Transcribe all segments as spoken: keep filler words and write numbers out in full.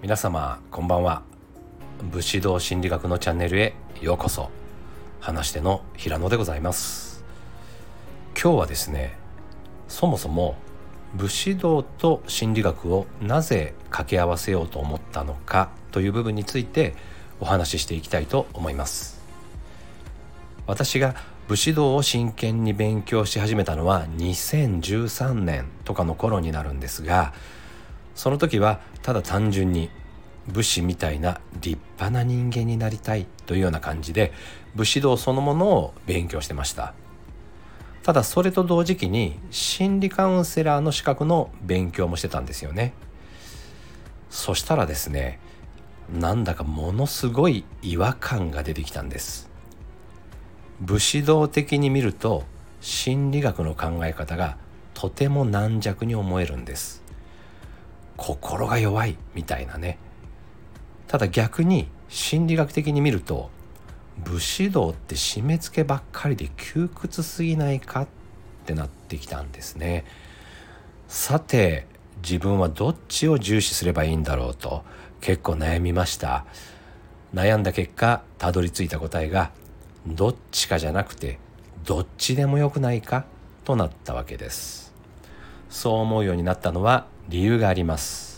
皆様こんばんは。武士道心理学のチャンネルへようこそ。話し手の平野でございます。今日はですね、そもそも武士道と心理学をなぜ掛け合わせようと思ったのかという部分についてお話ししていきたいと思います。私が武士道を真剣に勉強し始めたのはにせんじゅうさんねんとかの頃になるんですが、その時はただ単純に武士みたいな立派な人間になりたいというような感じで武士道そのものを勉強してました。ただそれと同時期に心理カウンセラーの資格の勉強もしてたんですよね。そしたらですね、なんだかものすごい違和感が出てきたんです。武士道的に見ると心理学の考え方がとても軟弱に思えるんです。心が弱いみたいなね。ただ逆に心理学的に見ると武士道って締め付けばっかりで窮屈すぎないかってなってきたんですね。さて自分はどっちを重視すればいいんだろうと結構悩みました。悩んだ結果たどり着いた答えがどっちかじゃなくてどっちでもよくないかとなったわけです。そう思うようになったのは理由があります。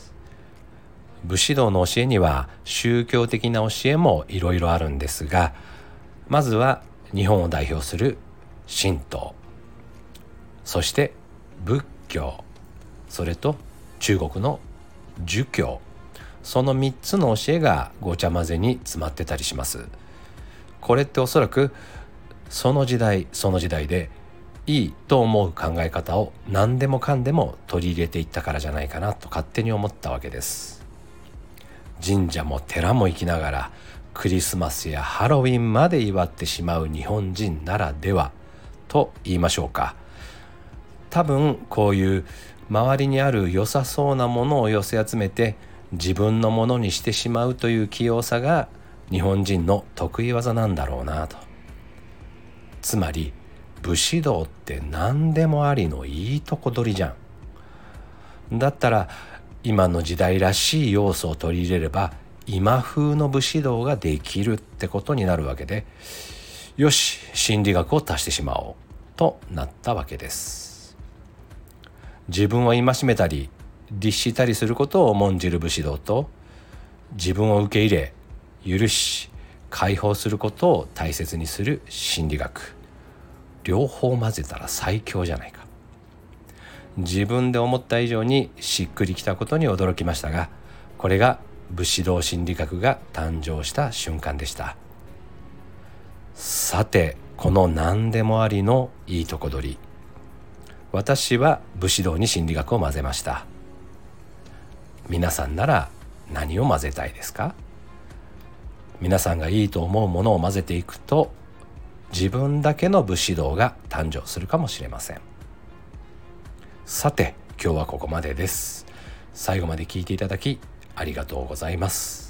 武士道の教えには宗教的な教えもいろいろあるんですが、まずは日本を代表する神道、そして仏教、それと中国の儒教、そのみっつの教えがごちゃ混ぜに詰まってたりします。これっておそらくその時代その時代でいいと思う考え方を何でもかんでも取り入れていったからじゃないかなと勝手に思ったわけです。神社も寺も行きながらクリスマスやハロウィンまで祝ってしまう日本人ならではと言いましょうか。多分こういう周りにある良さそうなものを寄せ集めて自分のものにしてしまうという器用さが日本人の得意技なんだろうなと。つまり武士道って何でもありのいいとこ取りじゃん。だったら今の時代らしい要素を取り入れれば今風の武士道ができるってことになるわけで、よし心理学を足してしまおうとなったわけです。自分を戒めたり律したりすることを重んじる武士道と、自分を受け入れ許し解放することを大切にする心理学、両方混ぜたら最強じゃないか。自分で思った以上にしっくりきたことに驚きましたが、これが武士道心理学が誕生した瞬間でした。さてこの何でもありのいいとこ取り、私は武士道に心理学を混ぜました。皆さんなら何を混ぜたいですか？皆さんがいいと思うものを混ぜていくと自分だけの武士道が誕生するかもしれません。さて今日はここまでです。最後まで聞いていただきありがとうございます。